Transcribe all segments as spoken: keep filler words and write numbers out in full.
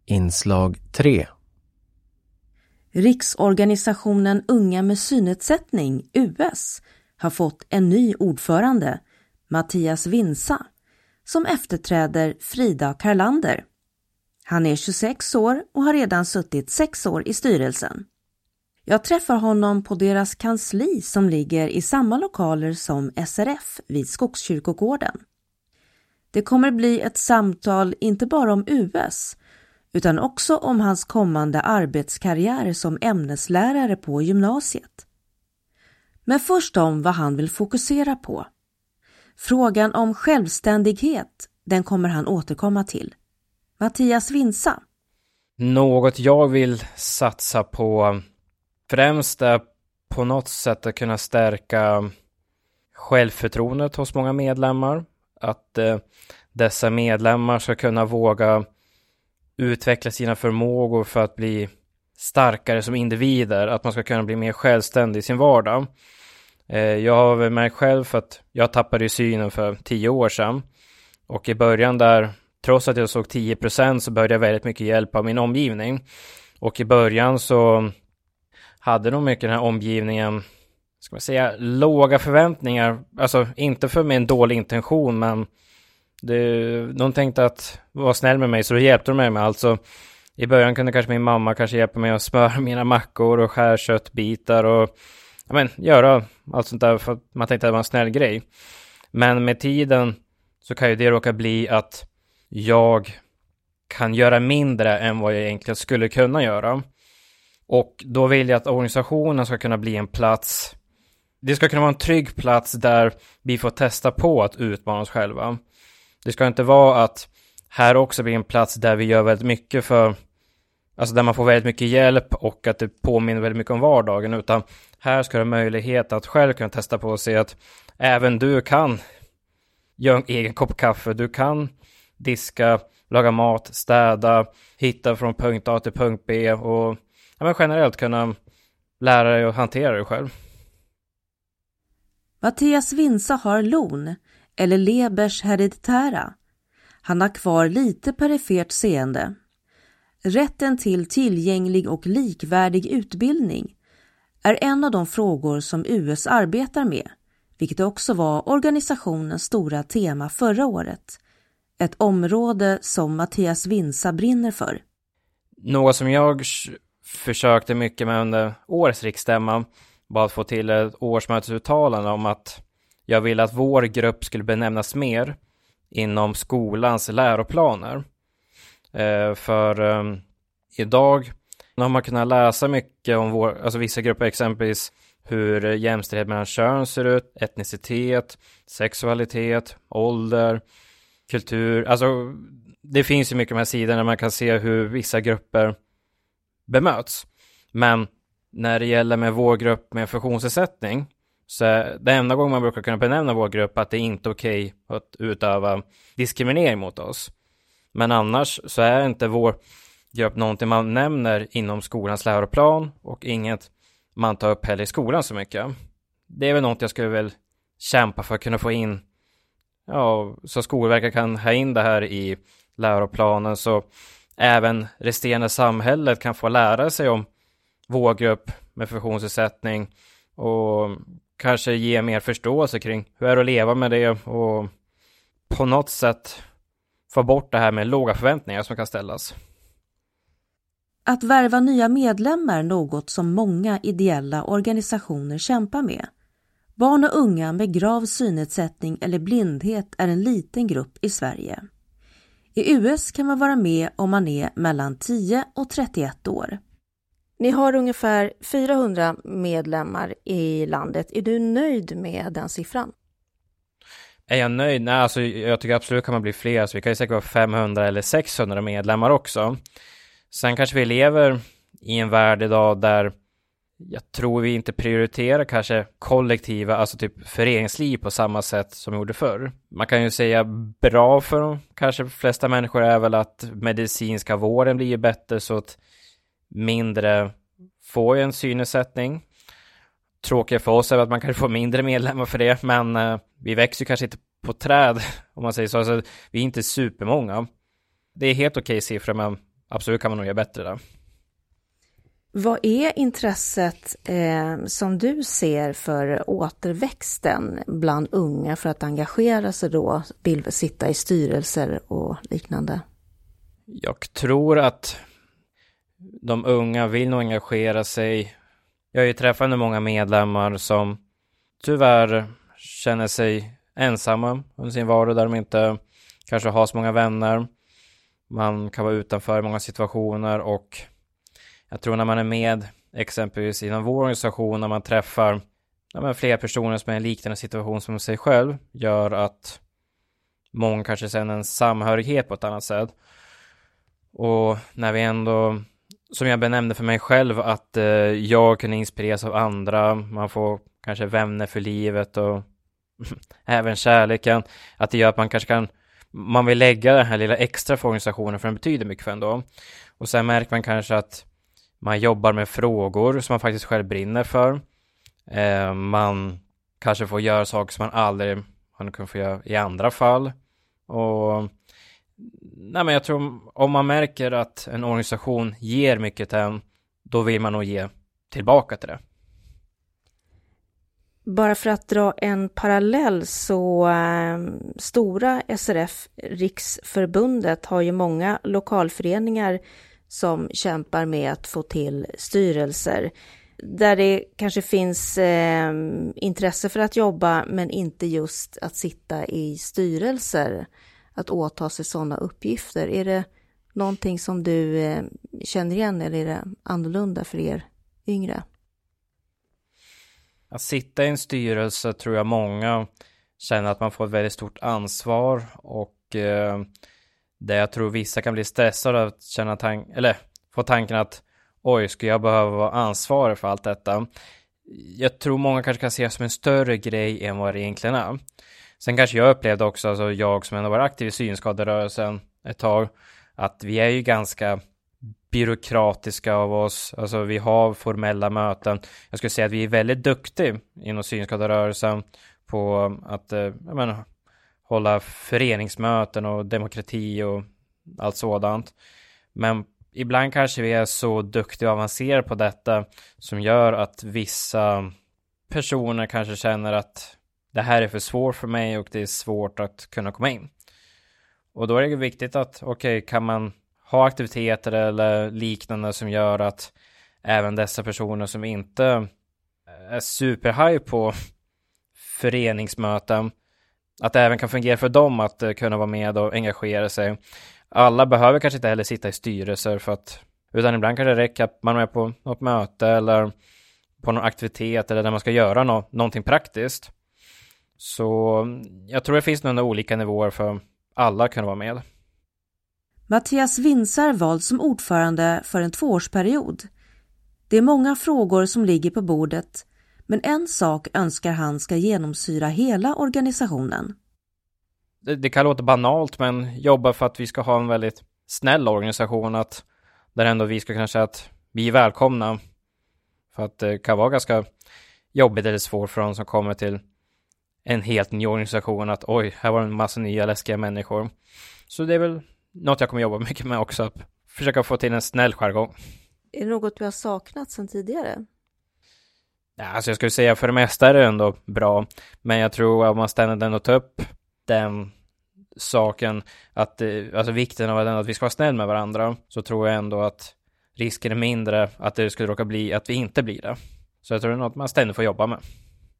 Inslag tre. Riksorganisationen Unga med synnedsättning, U S, har fått en ny ordförande, Mattias Winsa, som efterträder Frida Karlander. Han är tjugosex år och har redan suttit sex år i styrelsen. Jag träffar honom på deras kansli som ligger i samma lokaler som S R F vid Skogskyrkogården. Det kommer bli ett samtal inte bara om U S utan också om hans kommande arbetskarriär som ämneslärare på gymnasiet. Men först om vad han vill fokusera på. Frågan om självständighet, den kommer han återkomma till. Mattias Winsa. Något jag vill satsa på främst är på något sätt att kunna stärka självförtroendet hos många medlemmar. Att eh, dessa medlemmar ska kunna våga utveckla sina förmågor för att bli starkare som individer. Att man ska kunna bli mer självständig i sin vardag. Eh, jag har märkt själv för att jag tappade ju synen för tio år sedan. Och i början där, trots att jag såg tio procent, så behövde jag väldigt mycket hjälp av min omgivning. Och i början så hade nog mycket den här omgivningen, ska man säga, låga förväntningar. Alltså inte för med en dålig intention, men det, de tänkte att vara snäll med mig, så då hjälpte de mig med. Alltså i början kunde kanske min mamma kanske hjälpa mig att smöra mina mackor och skära köttbitar och ja, men, göra allt sånt där för att man tänkte att det var en snäll grej. Men med tiden så kan ju det råka bli att jag kan göra mindre än vad jag egentligen skulle kunna göra. Och då vill jag att organisationen ska kunna bli en plats. Det ska kunna vara en trygg plats där vi får testa på att utmana oss själva. Det ska inte vara att här också blir en plats där vi gör väldigt mycket för, alltså där man får väldigt mycket hjälp och att det påminner väldigt mycket om vardagen, utan här ska det ha möjlighet att själv kunna testa på och se att även du kan göra en egen kopp kaffe, du kan diska, laga mat, städa, hitta från punkt A till punkt B och ja, men generellt kunna lära dig att hantera dig själv. Mattias Winsa har L O N, eller Lebers hereditära. Han har kvar lite perifert seende. Rätten till tillgänglig och likvärdig utbildning är en av de frågor som U S arbetar med, vilket också var organisationens stora tema förra året. Ett område som Mattias Winsa brinner för. Något som jag försökte mycket med under årets riksstämma var att få till ett årsmötesuttalande om att jag ville att vår grupp skulle benämnas mer inom skolans läroplaner. Eh, för eh, idag har man kunnat läsa mycket om vår, alltså vissa grupper, exempelvis hur jämställdhet mellan kön ser ut, etnicitet, sexualitet, ålder, kultur. Alltså det finns ju mycket de här sidorna där man kan se hur vissa grupper bemöts. Men när det gäller med vår grupp med funktionsnedsättning, så är det enda gången man brukar kunna benämna vår grupp att det är inte okej att utöva diskriminering mot oss. Men annars så är inte vår grupp någonting man nämner inom skolans läroplan och inget man tar upp heller i skolan så mycket. Det är väl något jag skulle väl kämpa för att kunna få in, ja, så Skolverket kan ha in det här i läroplanen så även resterande samhället kan få lära sig om vår grupp med funktionsnedsättning och kanske ge mer förståelse kring hur är det att leva med det och på något sätt få bort det här med låga förväntningar som kan ställas. Att värva nya medlemmar är något som många ideella organisationer kämpar med. Barn och unga med grav synnedsättning eller blindhet är en liten grupp i Sverige. I U S kan man vara med om man är mellan tio och trettioett år. Ni har ungefär fyrahundra medlemmar i landet. Är du nöjd med den siffran? Är jag nöjd? Nej, alltså jag tycker absolut kan man bli fler. Så vi kan ju säkert vara femhundra eller sexhundra medlemmar också. Sen kanske vi lever i en värld idag där jag tror vi inte prioriterar kanske kollektiva, alltså typ föreningsliv på samma sätt som vi gjorde förr. Man kan ju säga bra för de kanske de flesta människor är väl att medicinska vården blir bättre så att mindre får en synnedsättning. Tråkigt för oss är att man kan få mindre medlemmar för det, men eh, vi växer ju kanske inte på träd om man säger så. Alltså, vi är inte supermånga. Det är helt okej siffror, men absolut kan man nog göra bättre där. Vad är intresset eh, som du ser för återväxten bland unga för att engagera sig då, vill sitta i styrelser och liknande? Jag tror att de unga vill nog engagera sig. Jag har ju träffat många medlemmar som tyvärr känner sig ensamma under sin vardag, där de inte kanske har så många vänner. Man kan vara utanför i många situationer, och jag tror när man är med exempelvis inom vår organisation, när man träffar ja, men fler personer som är i en liknande situation som sig själv, gör att många kanske känner en samhörighet på ett annat sätt. Och när vi ändå, som jag benämnde för mig själv, att eh, jag kan inspireras av andra, man får kanske vänner för livet och även kärleken, att det gör att man kanske kan, man vill lägga den här lilla extra för organisationen, för den betyder mycket för en då. Och sen märker man kanske att man jobbar med frågor som man faktiskt själv brinner för. Eh, man kanske får göra saker som man aldrig man kan få göra i andra fall. Och nej, men jag tror om man märker att en organisation ger mycket till en, då vill man nog ge tillbaka till det. Bara för att dra en parallell, så äh, stora S R F, Riksförbundet, har ju många lokalföreningar som kämpar med att få till styrelser. Där det kanske finns äh, intresse för att jobba, men inte just att sitta i styrelser, att åta sig sådana uppgifter. Är det någonting som du äh, känner igen, eller är det annorlunda för er yngre? Att sitta i en styrelse tror jag många känner att man får ett väldigt stort ansvar, och eh, det jag tror vissa kan bli stressade att känna tank- eller få tanken att oj, ska jag behöva vara ansvarig för allt detta? Jag tror många kanske kan se det som en större grej än vad det egentligen är. Sen kanske jag upplevde också, alltså jag som ändå var aktiv i synskaderörelsen ett tag, att vi är ju ganska byråkratiska av oss. Alltså vi har formella möten. Jag skulle säga att vi är väldigt duktiga inom synskaderörelsen på att eh, jag menar, hålla föreningsmöten och demokrati och allt sådant. Men ibland kanske vi är så duktiga och avancerade på detta som gör att vissa personer kanske känner att det här är för svårt för mig och det är svårt att kunna komma in. Och då är det viktigt att okej, okay, kan man ha aktiviteter eller liknande som gör att även dessa personer som inte är superhaj på föreningsmöten, att det även kan fungera för dem att kunna vara med och engagera sig. Alla behöver kanske inte heller sitta i styrelser, för att, utan ibland kan det räcka att man är med på något möte eller på någon aktivitet eller där man ska göra no- någonting praktiskt. Så jag tror det finns några olika nivåer för alla att kunna vara med. Mattias Winsa är vald som ordförande för en tvåårsperiod. Det är många frågor som ligger på bordet, men en sak önskar han ska genomsyra hela organisationen. Det, det kan låta banalt, men jobba för att vi ska ha en väldigt snäll organisation, att där ändå vi ska kunna säga att vi är välkomna. För att det kan vara ganska jobbigt eller svårt för de som kommer till en helt ny organisation att oj, här var en massa nya läskiga människor. Så det är väl något jag kommer jobba mycket med också, att försöka få till en snäll jargong. Är det något du har saknat sedan tidigare? Ja, alltså jag skulle säga för det mesta är det ändå bra, men jag tror att man ständigt ändå tar upp den saken, att, alltså vikten av att vi ska vara snäll med varandra, så tror jag ändå att risken är mindre att det skulle råka bli att vi inte blir det. Så jag tror det är något man ständigt får jobba med.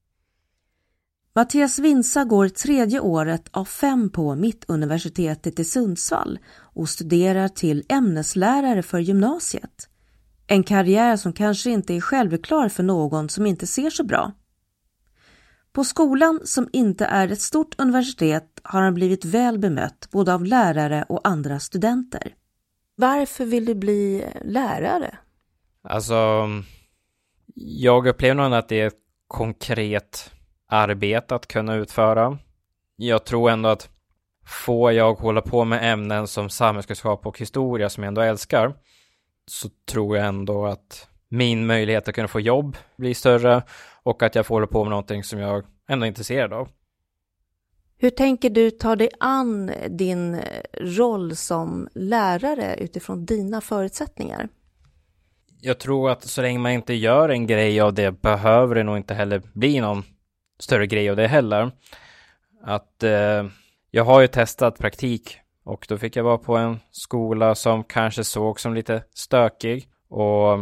Mattias Winsa går tredje året av fem på Mittuniversitetet i Sundsvall och studerar till ämneslärare för gymnasiet. En karriär som kanske inte är självklar för någon som inte ser så bra. På skolan, som inte är ett stort universitet, har han blivit väl bemött både av lärare och andra studenter. Varför vill du bli lärare? Alltså, jag upplever nog att det är ett konkret arbete att kunna utföra. Jag tror ändå att får jag hålla på med ämnen som samhällskunskap och historia, som jag ändå älskar, så tror jag ändå att min möjlighet att kunna få jobb blir större och att jag får hålla på med någonting som jag ändå är intresserad av. Hur tänker du ta dig an din roll som lärare utifrån dina förutsättningar? Jag tror att så länge man inte gör en grej av det behöver det nog inte heller bli någon större grej av det heller. Att eh, jag har ju testat praktik och då fick jag vara på en skola som kanske såg som lite stökig. Och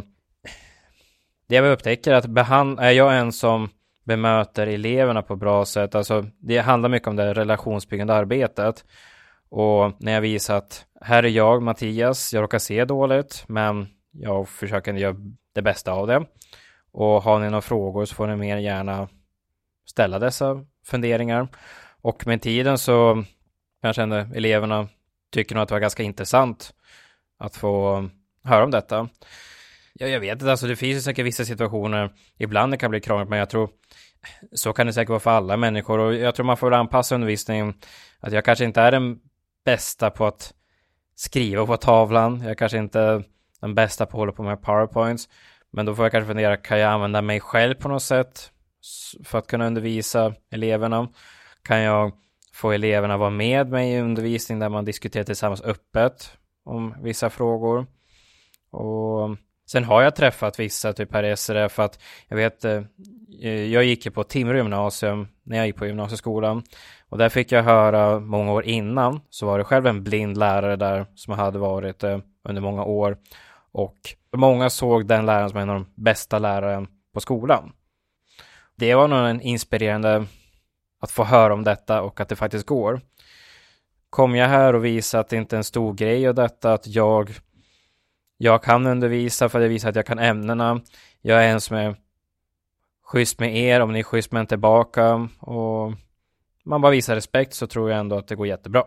det jag upptäcker är att behand- är jag en som bemöter eleverna på bra sätt. Alltså det handlar mycket om det relationsbyggande arbetet. Och när jag visar att här är jag, Mattias, jag råkar se dåligt men jag försöker göra det bästa av det. Och har ni några frågor så får ni mer gärna ställa dessa funderingar. Och med tiden så kanske ändå eleverna tycker nog att det var ganska intressant att få höra om detta. Ja, jag vet inte, alltså det finns ju säkert vissa situationer, ibland det kan bli krångligt, men jag tror så kan det säkert vara för alla människor. Och jag tror man får anpassa undervisningen. Att jag kanske inte är den bästa på att skriva på tavlan. Jag kanske inte är den bästa på att hålla på med PowerPoints. Men då får jag kanske fundera, kan jag använda mig själv på något sätt för att kunna undervisa eleverna? Kan jag få eleverna vara med mig i undervisning där man diskuterar tillsammans öppet om vissa frågor? Och sen har jag träffat vissa typ här i S R F, att jag vet, jag gick ju på Timrå gymnasium när jag gick på gymnasieskolan. Och där fick jag höra många år innan, så var det själv en blind lärare där som hade varit under många år. Och många såg den läraren som en av de bästa läraren på skolan. Det var nog en inspirerande att få höra om detta och att det faktiskt går. Kom jag här och visar att det inte är en stor grej och detta, att jag, jag kan undervisa för att jag visar att jag kan ämnena. Jag är en som är schysst med er om ni är schysst med en tillbaka. Och man bara visar respekt, så tror jag ändå att det går jättebra.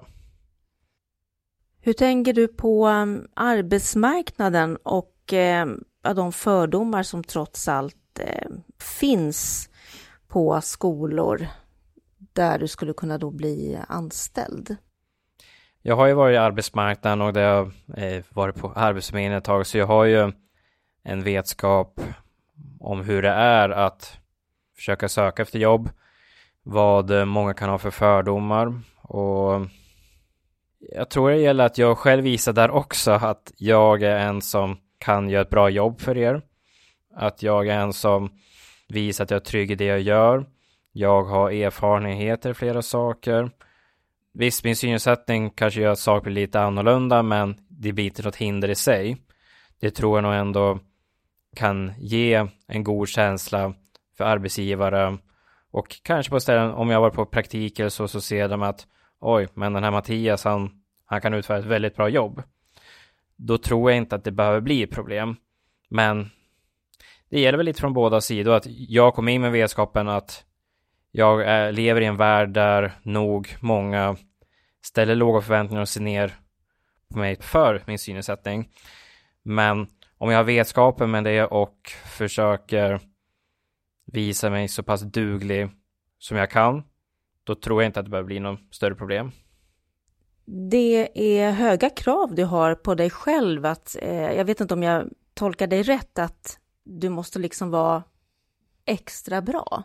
Hur tänker du på um, arbetsmarknaden och eh, de fördomar som trots allt eh, finns på skolor där du skulle kunna då bli anställd? Jag har ju varit i arbetsmarknaden och det har eh, varit på Arbetsförmedlingen ett tag, så jag har ju en vetskap om hur det är att försöka söka efter jobb, vad många kan ha för fördomar. Och jag tror det gäller att jag själv visar där också att jag är en som kan göra ett bra jobb för er. Att jag är en som visar att jag är trygg i det jag gör. Jag har erfarenheter i flera saker. Visst, min synsättning kanske gör att saker blir lite annorlunda, men det blir inte något hinder i sig. Det tror jag nog ändå kan ge en god känsla för arbetsgivare. Och kanske på ställen, om jag var på praktik eller så, så ser de att oj, men den här Mattias, han, han kan utföra ett väldigt bra jobb. Då tror jag inte att det behöver bli ett problem. Men det gäller väl lite från båda sidor, att jag kom in med vetskapen att jag är, lever i en värld där nog många ställer låga förväntningar och ser ner på mig för min synsättning. Men om jag har vetskapen med det och försöker visa mig så pass duglig som jag kan, då tror jag inte att det behöver bli något större problem. Det är höga krav du har på dig själv. Att, eh, jag vet inte om jag tolkar dig rätt, att du måste liksom vara extra bra.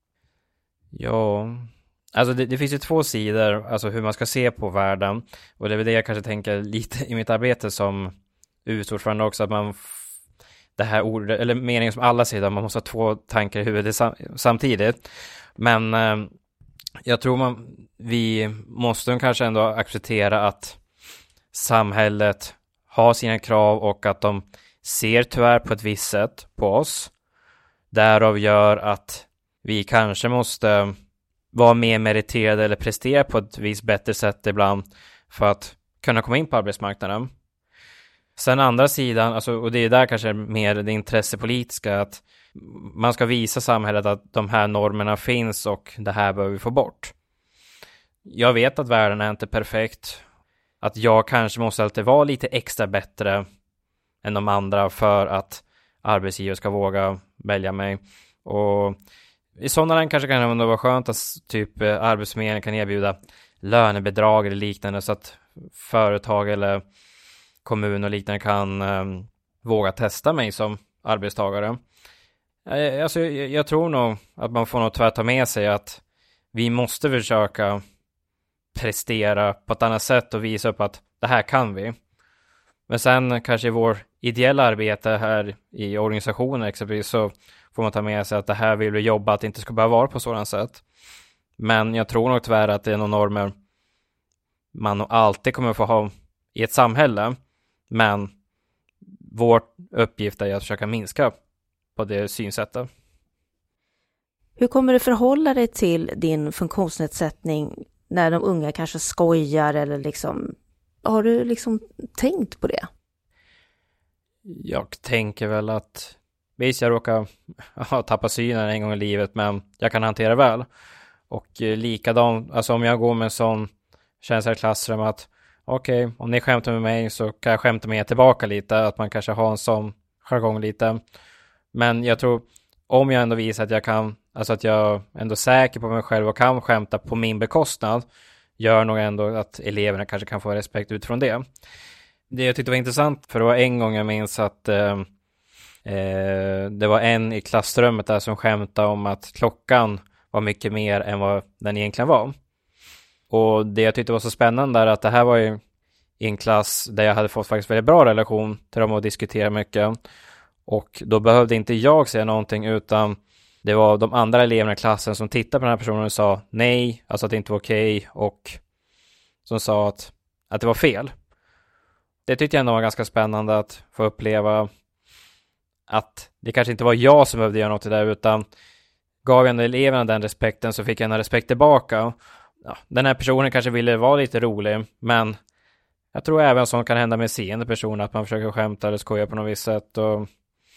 Ja, alltså det, det finns ju två sidor, alltså hur man ska se på världen. Och det är väl det jag kanske tänker lite i mitt arbete som utordförande också, att man det här ordet, eller meningen som alla säger, man måste ha två tankar i huvudet sam, samtidigt. Men eh, jag tror man, vi måste kanske ändå acceptera att samhället har sina krav och att de ser tyvärr på ett visst sätt på oss. Därav gör att vi kanske måste vara mer meriterade eller prestera på ett visst bättre sätt ibland för att kunna komma in på arbetsmarknaden. Sen andra sidan, alltså, och det är där kanske mer det intressepolitiska, att man ska visa samhället att de här normerna finns och det här behöver vi få bort. Jag vet att världen är inte perfekt. Att jag kanske måste alltid vara lite extra bättre än de andra för att arbetsgivare ska våga välja mig. Och i sådana lägen kanske kan det vara skönt att typ Arbetsförmedlingen kan erbjuda lönebidrag eller liknande, så att företag eller kommun och liknande kan um, våga testa mig som arbetstagare. Alltså, jag, jag tror nog att man får nog tyvärr ta med sig att vi måste försöka prestera på ett annat sätt och visa upp att det här kan vi. Men sen kanske i vår ideella arbete här i organisationer exempelvis så får man ta med sig att det här vill vi jobba, att det inte ska behöva vara på sådant sätt. Men jag tror nog tyvärr att det är några normer man alltid kommer få ha i ett samhälle. Men vår uppgift är att försöka minska på det synsättet. Hur kommer du förhålla dig till din funktionsnedsättning när de unga kanske skojar eller liksom, har du liksom tänkt på det? Jag tänker väl att visst jag råkar ja, tappa synen en gång i livet, men jag kan hantera väl. Och eh, likadant, alltså om jag går med en sån känsla i klassrum att okej, okay, om ni skämtar med mig så kan jag skämta med er tillbaka lite, att man kanske har en sån jargong lite. Men jag tror, om jag ändå visar att jag kan, alltså att jag ändå är säker på mig själv och kan skämta på min bekostnad, gör nog ändå att eleverna kanske kan få respekt utifrån det. Det jag tyckte var intressant, för det var en gång jag minns att eh, eh, det var en i klassrummet där som skämtade om att klockan var mycket mer än vad den egentligen var. Och det jag tyckte var så spännande är att det här var ju i en klass där jag hade fått faktiskt väldigt bra relation till dem och diskutera mycket. Och då behövde inte jag säga någonting, utan det var de andra eleverna i klassen som tittade på den här personen och sa nej, alltså att det inte var okej, och som sa att, att det var fel. Det tyckte jag ändå var ganska spännande att få uppleva att det kanske inte var jag som behövde göra något i det, utan gav jag eleverna den respekten så fick jag en respekt tillbaka. Ja, den här personen kanske ville vara lite rolig, men jag tror även som kan hända med seende personer att man försöker skämta eller skoja på något visst sätt. Och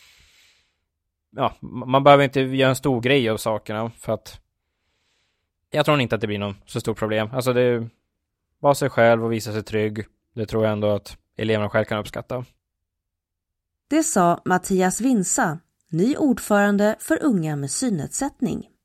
ja, man behöver inte göra en stor grej av sakerna, för att jag tror inte att det blir någon så stort problem. Alltså det är vara sig själv och visa sig trygg. Det tror jag ändå att eleverna själv kan uppskatta. Det sa Mattias Winsa, ny ordförande för unga med synnedsättning.